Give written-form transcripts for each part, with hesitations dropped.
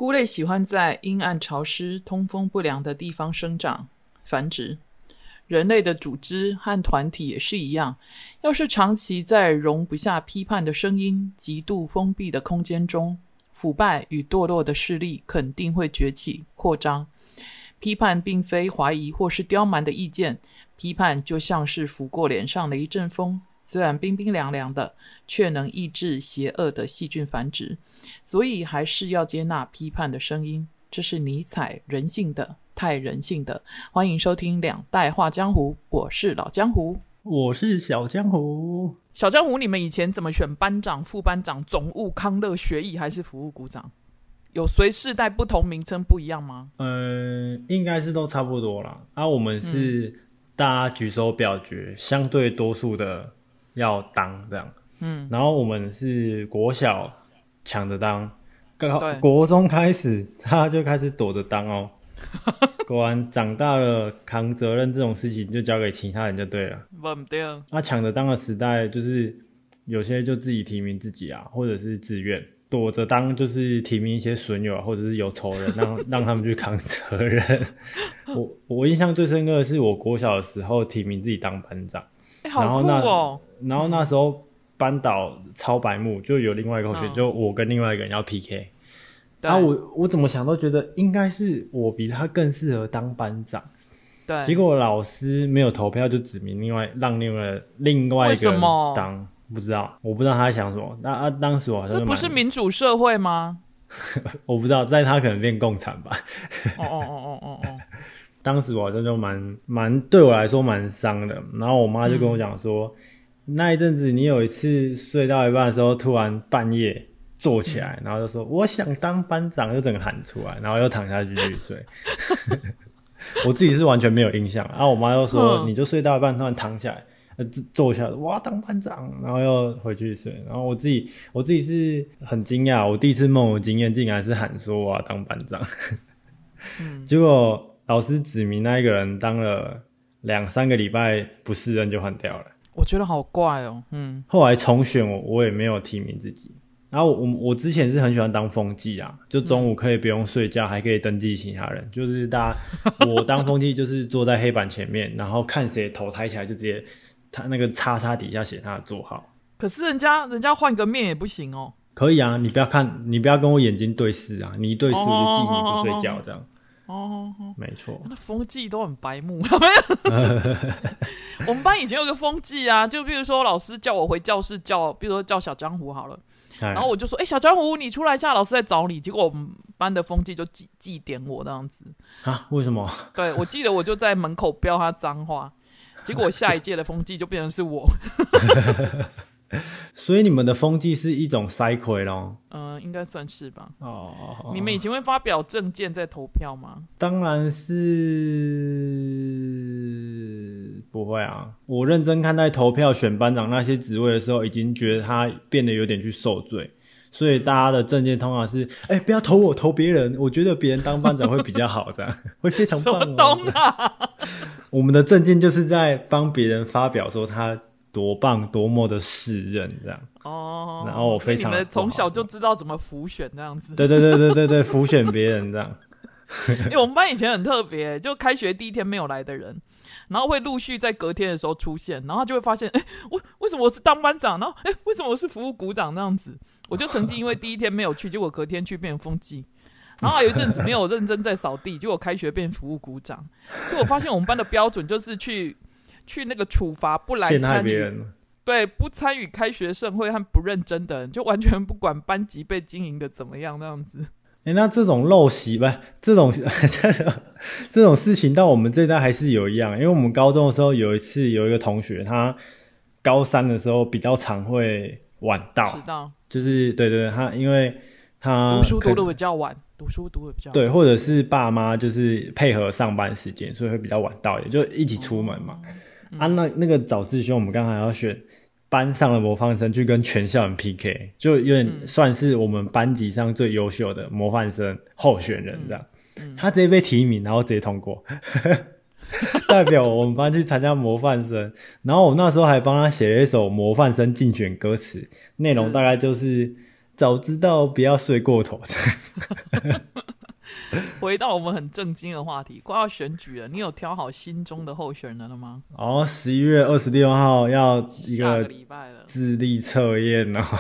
菇类喜欢在阴暗潮湿、通风不良的地方生长、繁殖。人类的组织和团体也是一样，要是长期在容不下批判的声音、极度封闭的空间中，腐败与堕落的势力肯定会崛起、扩张。批判并非怀疑或是刁蛮的意见，批判就像是拂过脸上的一阵风，虽然冰冰凉凉的，却能抑制邪恶的细菌繁殖。所以还是要接纳批判的声音，这是尼采人性的，太人性的。欢迎收听两代话江湖，我是老江湖， 我是小江湖。 小江湖，你们以前怎么选班长、副班长、总务、康乐、学艺还是服务股长？有随世代不同名称不一样吗？ 应该是都差不多啦。我们是大家举手表决，相对多数的要当这样。然后我们是国小抢着当，国中开始他就开始躲着当哦。果然长大了，扛责任这种事情就交给其他人就对了。 不对。 抢着当的时代就是有些就自己提名自己啊，或者是自愿。躲着当就是提名一些损友啊，或者是有仇人，让他们去扛责任。我印象最深刻的是我国小的时候提名自己当班长， 好酷哦。 然后那时候班导超白目，就有另外一个候选，就我跟另外一个人要 PK。我怎么想都觉得应该是我比他更适合当班长。 对。 结果老师没有投票，就指名让另外一个人当。不知道，我不知道他在想什么。当时我好像这不是民主社会吗？ 我不知道，在他可能变共产吧。 哦。 当时我好像就蛮对我来说蛮伤的。然后我妈就跟我讲说，那一阵子你有一次睡到一半的时候，突然半夜坐起来，然后就说我想当班长，就整个喊出来，然后又躺下去继续睡。我自己是完全没有印象。然后我妈又说，你就睡到一半突然躺起来。坐下来，哇，当班长，然后又回去睡。然后我自己是很惊讶，我第一次梦游经验竟然是喊说我要当班长。结果老师指名那一个人当了2-3个礼拜不适任就换掉了。 我觉得好怪哦。 后来重选我也没有提名自己。然后我之前是很喜欢当风纪啊，就中午可以不用睡觉，还可以登记其他人。就是我当风纪就是坐在黑板前面，然后看谁头抬起来就直接。他那个叉叉底下写他的座号， 可是人家换个面也不行哦。 可以啊，你不要跟我眼睛对视啊，你一对视我就记你不睡觉这样。没错。 那风纪都很白目。我们班以前有个风纪啊，就比如说老师叫我回教室比如说叫小江湖好了，然后我就说小江湖你出来一下，老师在找你。结果我们班的风纪就记点我这样子啊？为什么？对， 我记得我就在门口飙他脏话。结果下一届的风纪就变成是我。 所以你们的风纪是一种cycle咯？ 应该算是吧。你们以前会发表政见在投票吗？ 当然是不会啊。我认真看待投票选班长那些职位的时候，已经觉得他变得有点去受罪。所以大家的政见通常是不要投我，投别人，我觉得别人当班长会比较好，这样会非常棒。 什么东啊？ 我们的政见就是在帮别人发表说他多棒多么的适任这样。然后我非常你们从小就知道怎么辅选这样子。 对，辅选别人这样。 我们班以前很特别，就开学第一天没有来的人，然后会陆续在隔天的时候出现，然后就会发现为什么我是当班长，然后为什么我是服务股长那样子。我就曾经因为第一天没有去，结果隔天去变风纪，然后还有一阵子没有认真在扫地，结果开学变服务股长。所以我发现我们班的标准就是去那个处罚不来参与，对，不参与开学盛会和不认真的人，就完全不管班级被经营的怎么样那样子。 那这种陋习吧，这种事情到我们这代还是有一样。因为我们高中的时候有一次有一个同学，他高3的时候比较常会晚到，迟到，就是对，他因为他读书读得比较晚， 对，或者是爸妈就是配合上班时间，所以会比较晚到，也就一起出门嘛。那个早自修我们刚才要选班上的模范生去跟全校人 PK， 就有点算是我们班级上最优秀的模范生候选人这样。他直接被提名，然后直接通过。代表我们班去参加模范生，然后我那时候还帮他写了一首模范生竞选歌词，内容大概就是早知道不要睡过头。 回到我们很正经的话题，快要选举了，你有挑好心中的候选人了吗 ？11月26号要一下个礼拜了， 智力测验哦。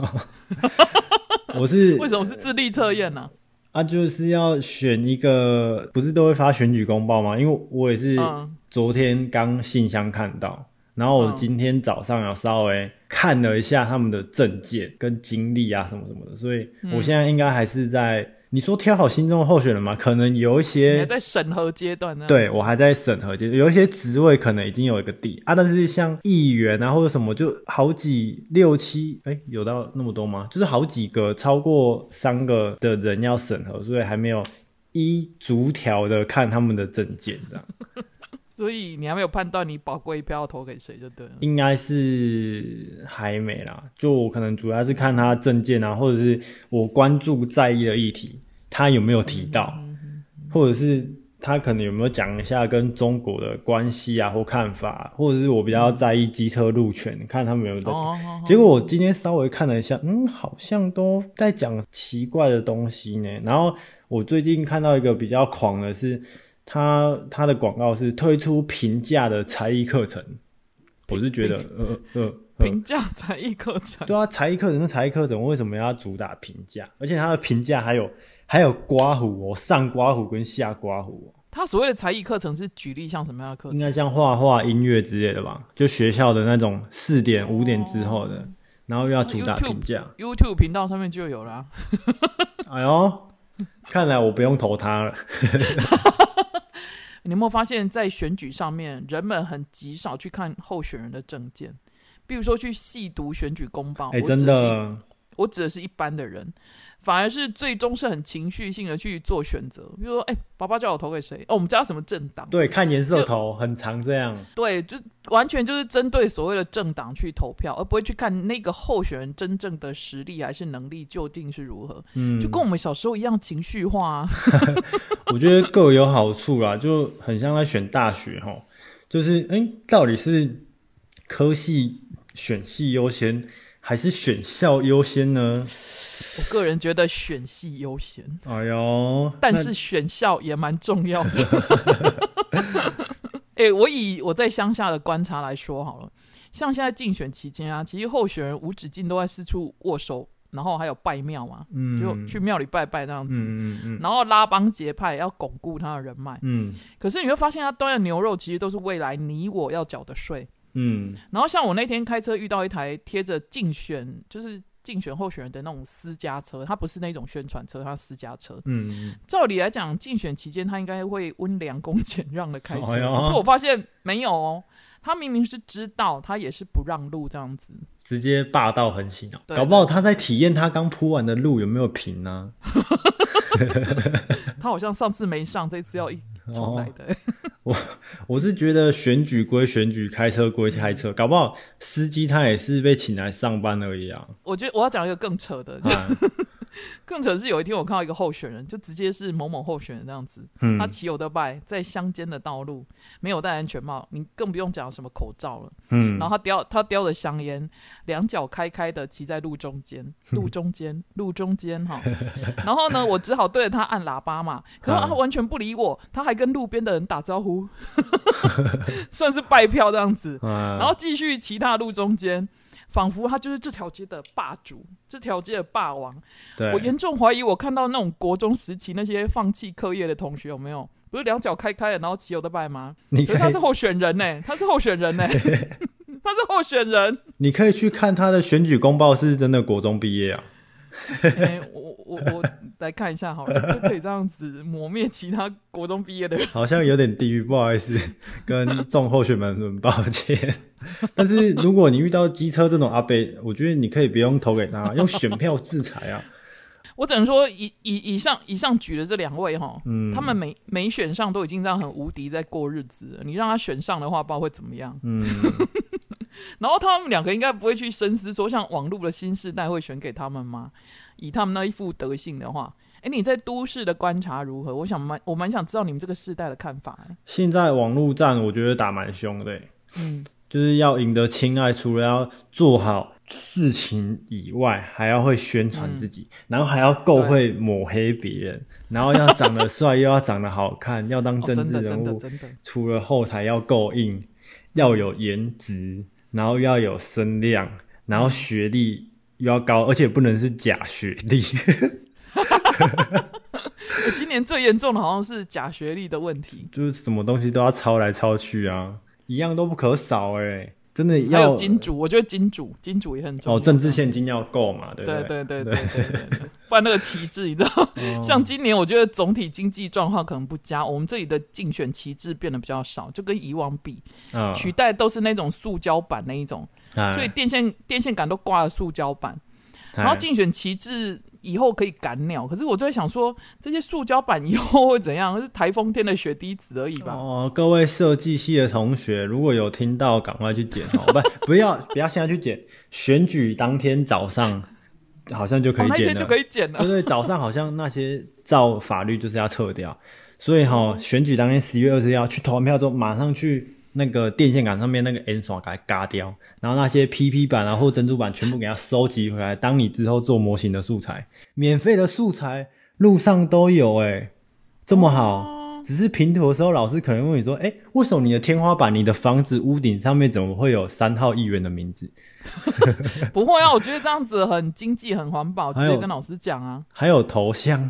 我是为什么是智力测验呢？ 就是要选一个，不是都会发选举公报吗？因为我也是昨天刚信箱看到，然后我今天早上有稍微看了一下他们的政见跟经历啊什么什么的，所以我现在应该还是在。你说挑好心中的候选人吗？可能有一些你还在审核阶段呢。 对，我还在审核阶段，有一些职位可能已经有一个底啊，但是像议员啊或者什么，就好几6、7，有到那么多吗？就是好几个，超过3个的人要审核，所以还没有依逐条的看他们的政见这样。 所以你还没有判断你宝贵一票要投给谁就对了。 应该是还没啦，就我可能主要是看他政见啊，或者是我关注在意的议题，他有没有提到，或者是他可能有没有讲一下跟中国的关系啊或看法，或者是我比较在意机车路权，看他们有没有在。结果我今天稍微看了一下，好像都在讲奇怪的东西呢。然后我最近看到一个比较狂的是。他的广告是推出平价的才艺课程，我是觉得平价才艺课程， 对啊，才艺课程是才艺课程，为什么要主打平价？而且他的平价还有刮胡哦，上刮胡跟下刮胡哦。 他所谓的才艺课程是举例像什么样的课程？ 应该像画画、音乐之类的吧，就学校的那种4点、5点之后的，然后又要主打平价。 YouTube 频道上面就有啦。 哎呦，看来我不用投他了。 你有没有发现，在选举上面，人们很极少去看候选人的政见，比如说去细读选举公报。 真的， 我指的是一般的人，反而是最终是很情绪性的去做选择。比如说，爸爸叫我投给谁？我们家什么政党？ 对，看颜色投，很常这样。 对，就完全就是针对所谓的政党去投票，而不会去看那个候选人真正的实力还是能力究竟是如何。就跟我们小时候一样情绪化啊。 我觉得各有好处啦，就很像在选大学齁，就是到底是科系选系优先，还是选校优先呢？ 我个人觉得选系优先。 哎呦， 但是选校也蛮重要的。我以我在乡下的观察来说好了，像现在竞选期间啊，其实候选人无止境都在四处握手。然后还有拜庙嘛，就去庙里拜拜那样子，然后拉帮结派要巩固他的人脉。可是你会发现他端的牛肉其实都是未来你我要缴的税。然后像我那天开车遇到一台贴着竞选候选人的那种私家车，它不是那种宣传车，它是私家车。照理来讲，竞选期间他应该会温良恭俭让的开车，可是我发现没有哦，他明明是知道，他也是不让路这样子。 直接霸道横行啊！搞不好他在体验他刚铺完的路有没有平呢？ 他好像上次没上，这次要重来的。 我是觉得选举归选举，开车归开车，搞不好司机他也是被请来上班而已啊。 我觉得我要讲一个更扯的，更扯是有一天我看到一个候选人，就直接是某某候选人这样子，他骑有的拜在乡间的道路，没有戴安全帽，你更不用讲什么口罩了。然后他叼着香烟，两脚开开的骑在路中间哈。然后呢，我只好对着他按喇叭嘛，可是他完全不理我，他还跟路边的人打招呼，算是拜票这样子，然后继续骑他的路中间。仿佛他就是这条街的霸主，这条街的霸王。我严重怀疑，我看到那种国中时期那些放弃课业的同学有没有？不是两脚开开的，然后骑有的拜吗？可是他是候选人呢，他是候选人。 你可以去看他的选举公报，是真的国中毕业啊。 我来看一下好了，不可以这样子抹灭其他国中毕业的人。 好像有点地狱，不好意思，跟众候选们很抱歉。但是如果你遇到机车这种阿伯，我觉得你可以不用投给他，用选票制裁啊。 我只能说以上举的这两位他们没选上都已经这样很无敌在过日子了，你让他选上的话，不知道会怎么样。然后他们两个应该不会去深思说，像网络的新世代会选给他们吗？以他们那一副德性的话，你在都市的观察如何？我蛮想知道你们这个世代的看法。 现在网络战我觉得打蛮凶的。 就是要赢得亲爱，除了要做好事情以外，还要会宣传自己，然后还要够会抹黑别人，然后要长得帅，又要长得好看，要当政治人物，除了后台要够硬，要有颜值，然后要有声量，然后学历又要高，而且不能是假学历。 今年最严重的好像是假学历的问题， 就是什么东西都要抄来抄去啊，一样都不可少真的要。 还有金主，我觉得金主也很重要。 政治现金要够嘛，对不对？ 对，不然那个旗帜你知道，像今年我觉得总体经济状况可能不佳，我们这里的竞选旗帜变得比较少，就跟以往比，取代都是那种塑胶板那一种，所以电线杆都挂了塑胶板，然后竞选旗帜以后可以赶鸟，可是我就在想说，这些塑胶板以后会怎样？是台风天的雪滴子而已吧。 各位设计系的同学，如果有听到，赶快去剪不要现在去剪，选举当天早上好像就可以剪了，那天就可以剪了。 对，早上好像那些照法律就是要撤掉，所以选举当天11月20号去投完票之后，马上去那个电线杆上面那个 N 刷给它嘎掉，然后那些 PP 板或珍珠板全部给它收集回来，当你之后做模型的素材，免费的素材路上都有这么好。只是评图的时候，老师可能问你说：“为什么你的天花板、你的房子屋顶上面怎么会有3号议员的名字？” 不会啊，我觉得这样子很经济、很环保，直接跟老师讲啊。 还有头像。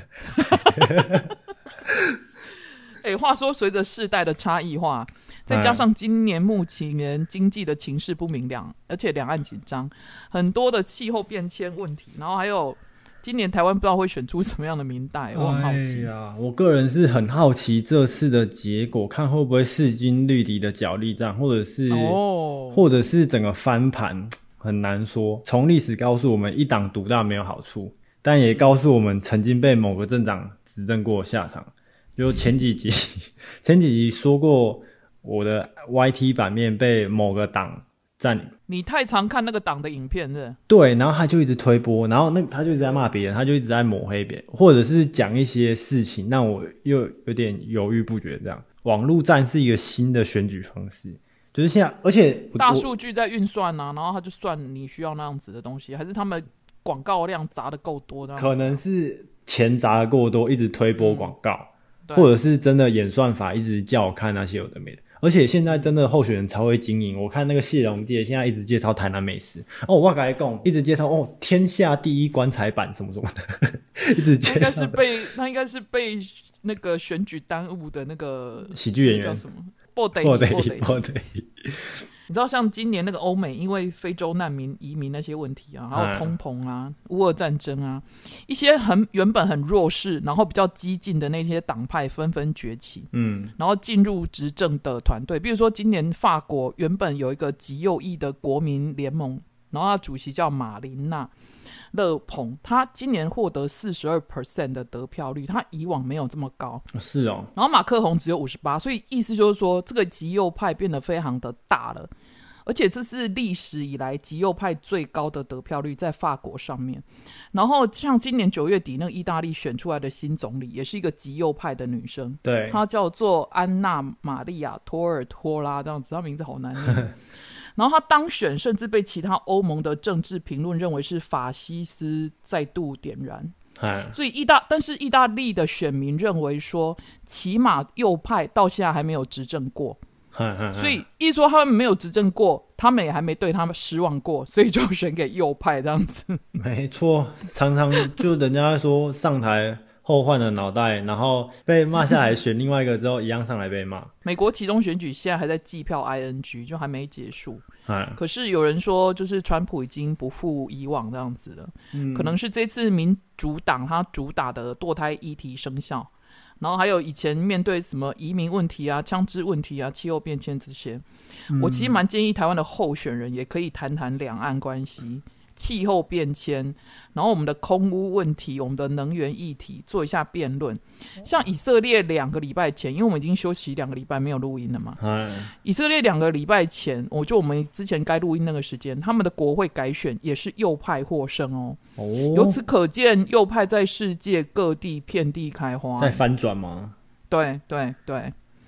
话说随着世代的差异化，再加上今年目前经济的情势不明朗，而且两岸紧张，很多的气候变迁问题，然后还有今年台湾不知道会选出什么样的民代，我很好奇。 我个人是很好奇这次的结果，看会不会势均力敌的角力战，或者是整个翻盘，很难说。从历史告诉我们，一党独大没有好处，但也告诉我们曾经被某个政党执政过的下场。就前几集说过，我的 YT 版面被某个党占领。 你太常看那个党的影片是？ 对，然后他就一直推播，然后他就一直在骂别人，他就一直在抹黑别人，或者是讲一些事情让我又有点犹豫不决。这样，网络战是一个新的选举方式，就是现在，而且大数据在运算啊，然后他就算你需要那样子的东西，还是他们广告量砸的够多的？ 可能是钱砸的过多，一直推播广告。或者是真的演算法一直叫我看那些有的没的，而且现在真的候选人超会经营。我看那个谢龙介现在一直介绍台南美食我跟你讲，一直介绍天下第一棺材板什么什么的，一直介绍。 他应该是被那个选举耽误的那个喜剧演员叫什么？布袋。你知道像今年那个欧美因为非洲难民移民那些问题啊，还有通膨啊、乌俄战争啊，一些原本很弱势然后比较激进的那些党派纷纷崛起，然后进入执政的团队。比如说今年法国原本有一个极右翼的国民联盟，然后他主席叫马琳娜勒蓬，他今年获得 42% 的得票率，他以往没有这么高。 是哦。 然后马克宏只有58%，所以意思就是说这个极右派变得非常的大了，而且这是历史以来极右派最高的得票率在法国上面。然后像今年9月底那个意大利选出来的新总理也是一个极右派的女生， 对， 她叫做安娜玛利亚托尔托拉，这样子，她名字好难念。然后他当选，甚至被其他欧盟的政治评论认为是法西斯再度点燃。所以但是意大利的选民认为说，起码右派到现在还没有执政过。所以一说他们没有执政过，他们也还没对他们失望过，所以就选给右派这样子。 没错，常常就人家说上台后换了脑袋，然后被骂下来选另外一个之后一样上来被骂。 美国期中选举现在还在计票 ING， 就还没结束。可是有人说就是川普已经不复以往这样子了，可能是这次民主党他主打的堕胎议题生效，然后还有以前面对什么移民问题啊、枪支问题啊、气候变迁这些，我其实蛮建议台湾的候选人也可以谈谈两岸关系、气候变迁，然后我们的空污问题、我们的能源议题做一下辩论。像以色列2个礼拜前，因为我们已经休息2个礼拜没有录音了嘛，以色列2个礼拜前，我们之前该录音那个时间，他们的国会改选也是右派获胜哦。由此可见，右派在世界各地遍地开花， 在翻转吗？ 对对对。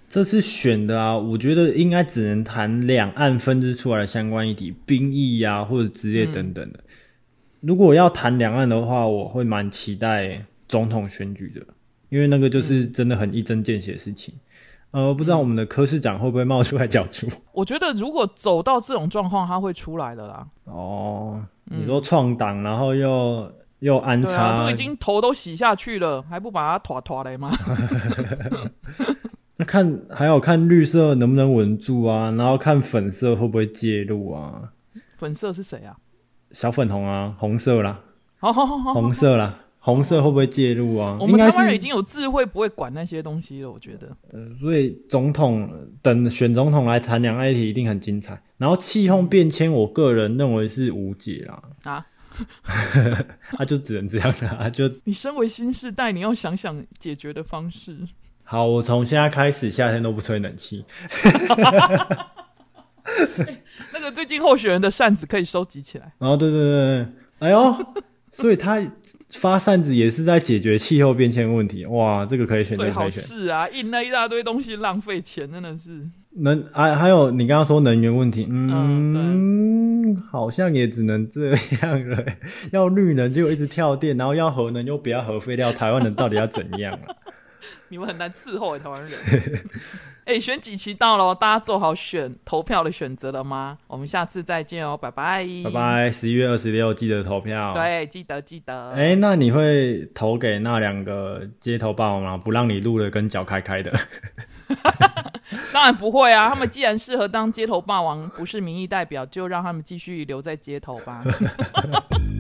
这次选的啊，我觉得应该只能谈两岸分支出来的相关议题，兵役啊或者职业等等的。如果要谈两岸的话，我会蛮期待总统选举的，因为那个就是真的很一针见血的事情。不知道我们的柯市长会不会冒出来角逐？ 我觉得如果走到这种状况，他会出来的啦。 哦，你说创党，然后又安插， 对啊，都已经头都洗下去了，还不把它拖拖来吗？ 那还有看绿色能不能稳住啊，然后看粉色会不会介入啊？ 粉色是谁啊？ 小粉红啊，红色啦， 好， 红色啦。红色会不会介入啊？ 我们台湾人已经有智慧，不会管那些东西了。我觉得， 所以等选总统来谈两岸议题一定很精彩。然后气候变迁，我个人认为是无解啦。啊，就只能这样啦。 你身为新世代，你要想想解决的方式。 好，我从现在开始夏天都不吹冷气。 那个最近候选人的扇子可以收集起来。 哦，对，哎呦。所以他发扇子也是在解决气候变迁问题，哇，这个可以选， 最好是啊，印了一大堆东西，浪费钱，真的是。 还有你刚刚说能源问题， 对， 好像也只能这样了。要绿能结果一直跳电，然后要核能又不要核废料，台湾人到底要怎样啊？ 你们很难伺候台湾人。选举期到了，大家做好投票的选择了吗？我们下次再见哦，拜拜。 拜拜，11月26记得投票。 对，记得。 那你会投给那2个街头霸王吗？不让你录的跟脚开开的。 当然不会啊，他们既然适合当街头霸王，不是民意代表，就让他们继续留在街头吧。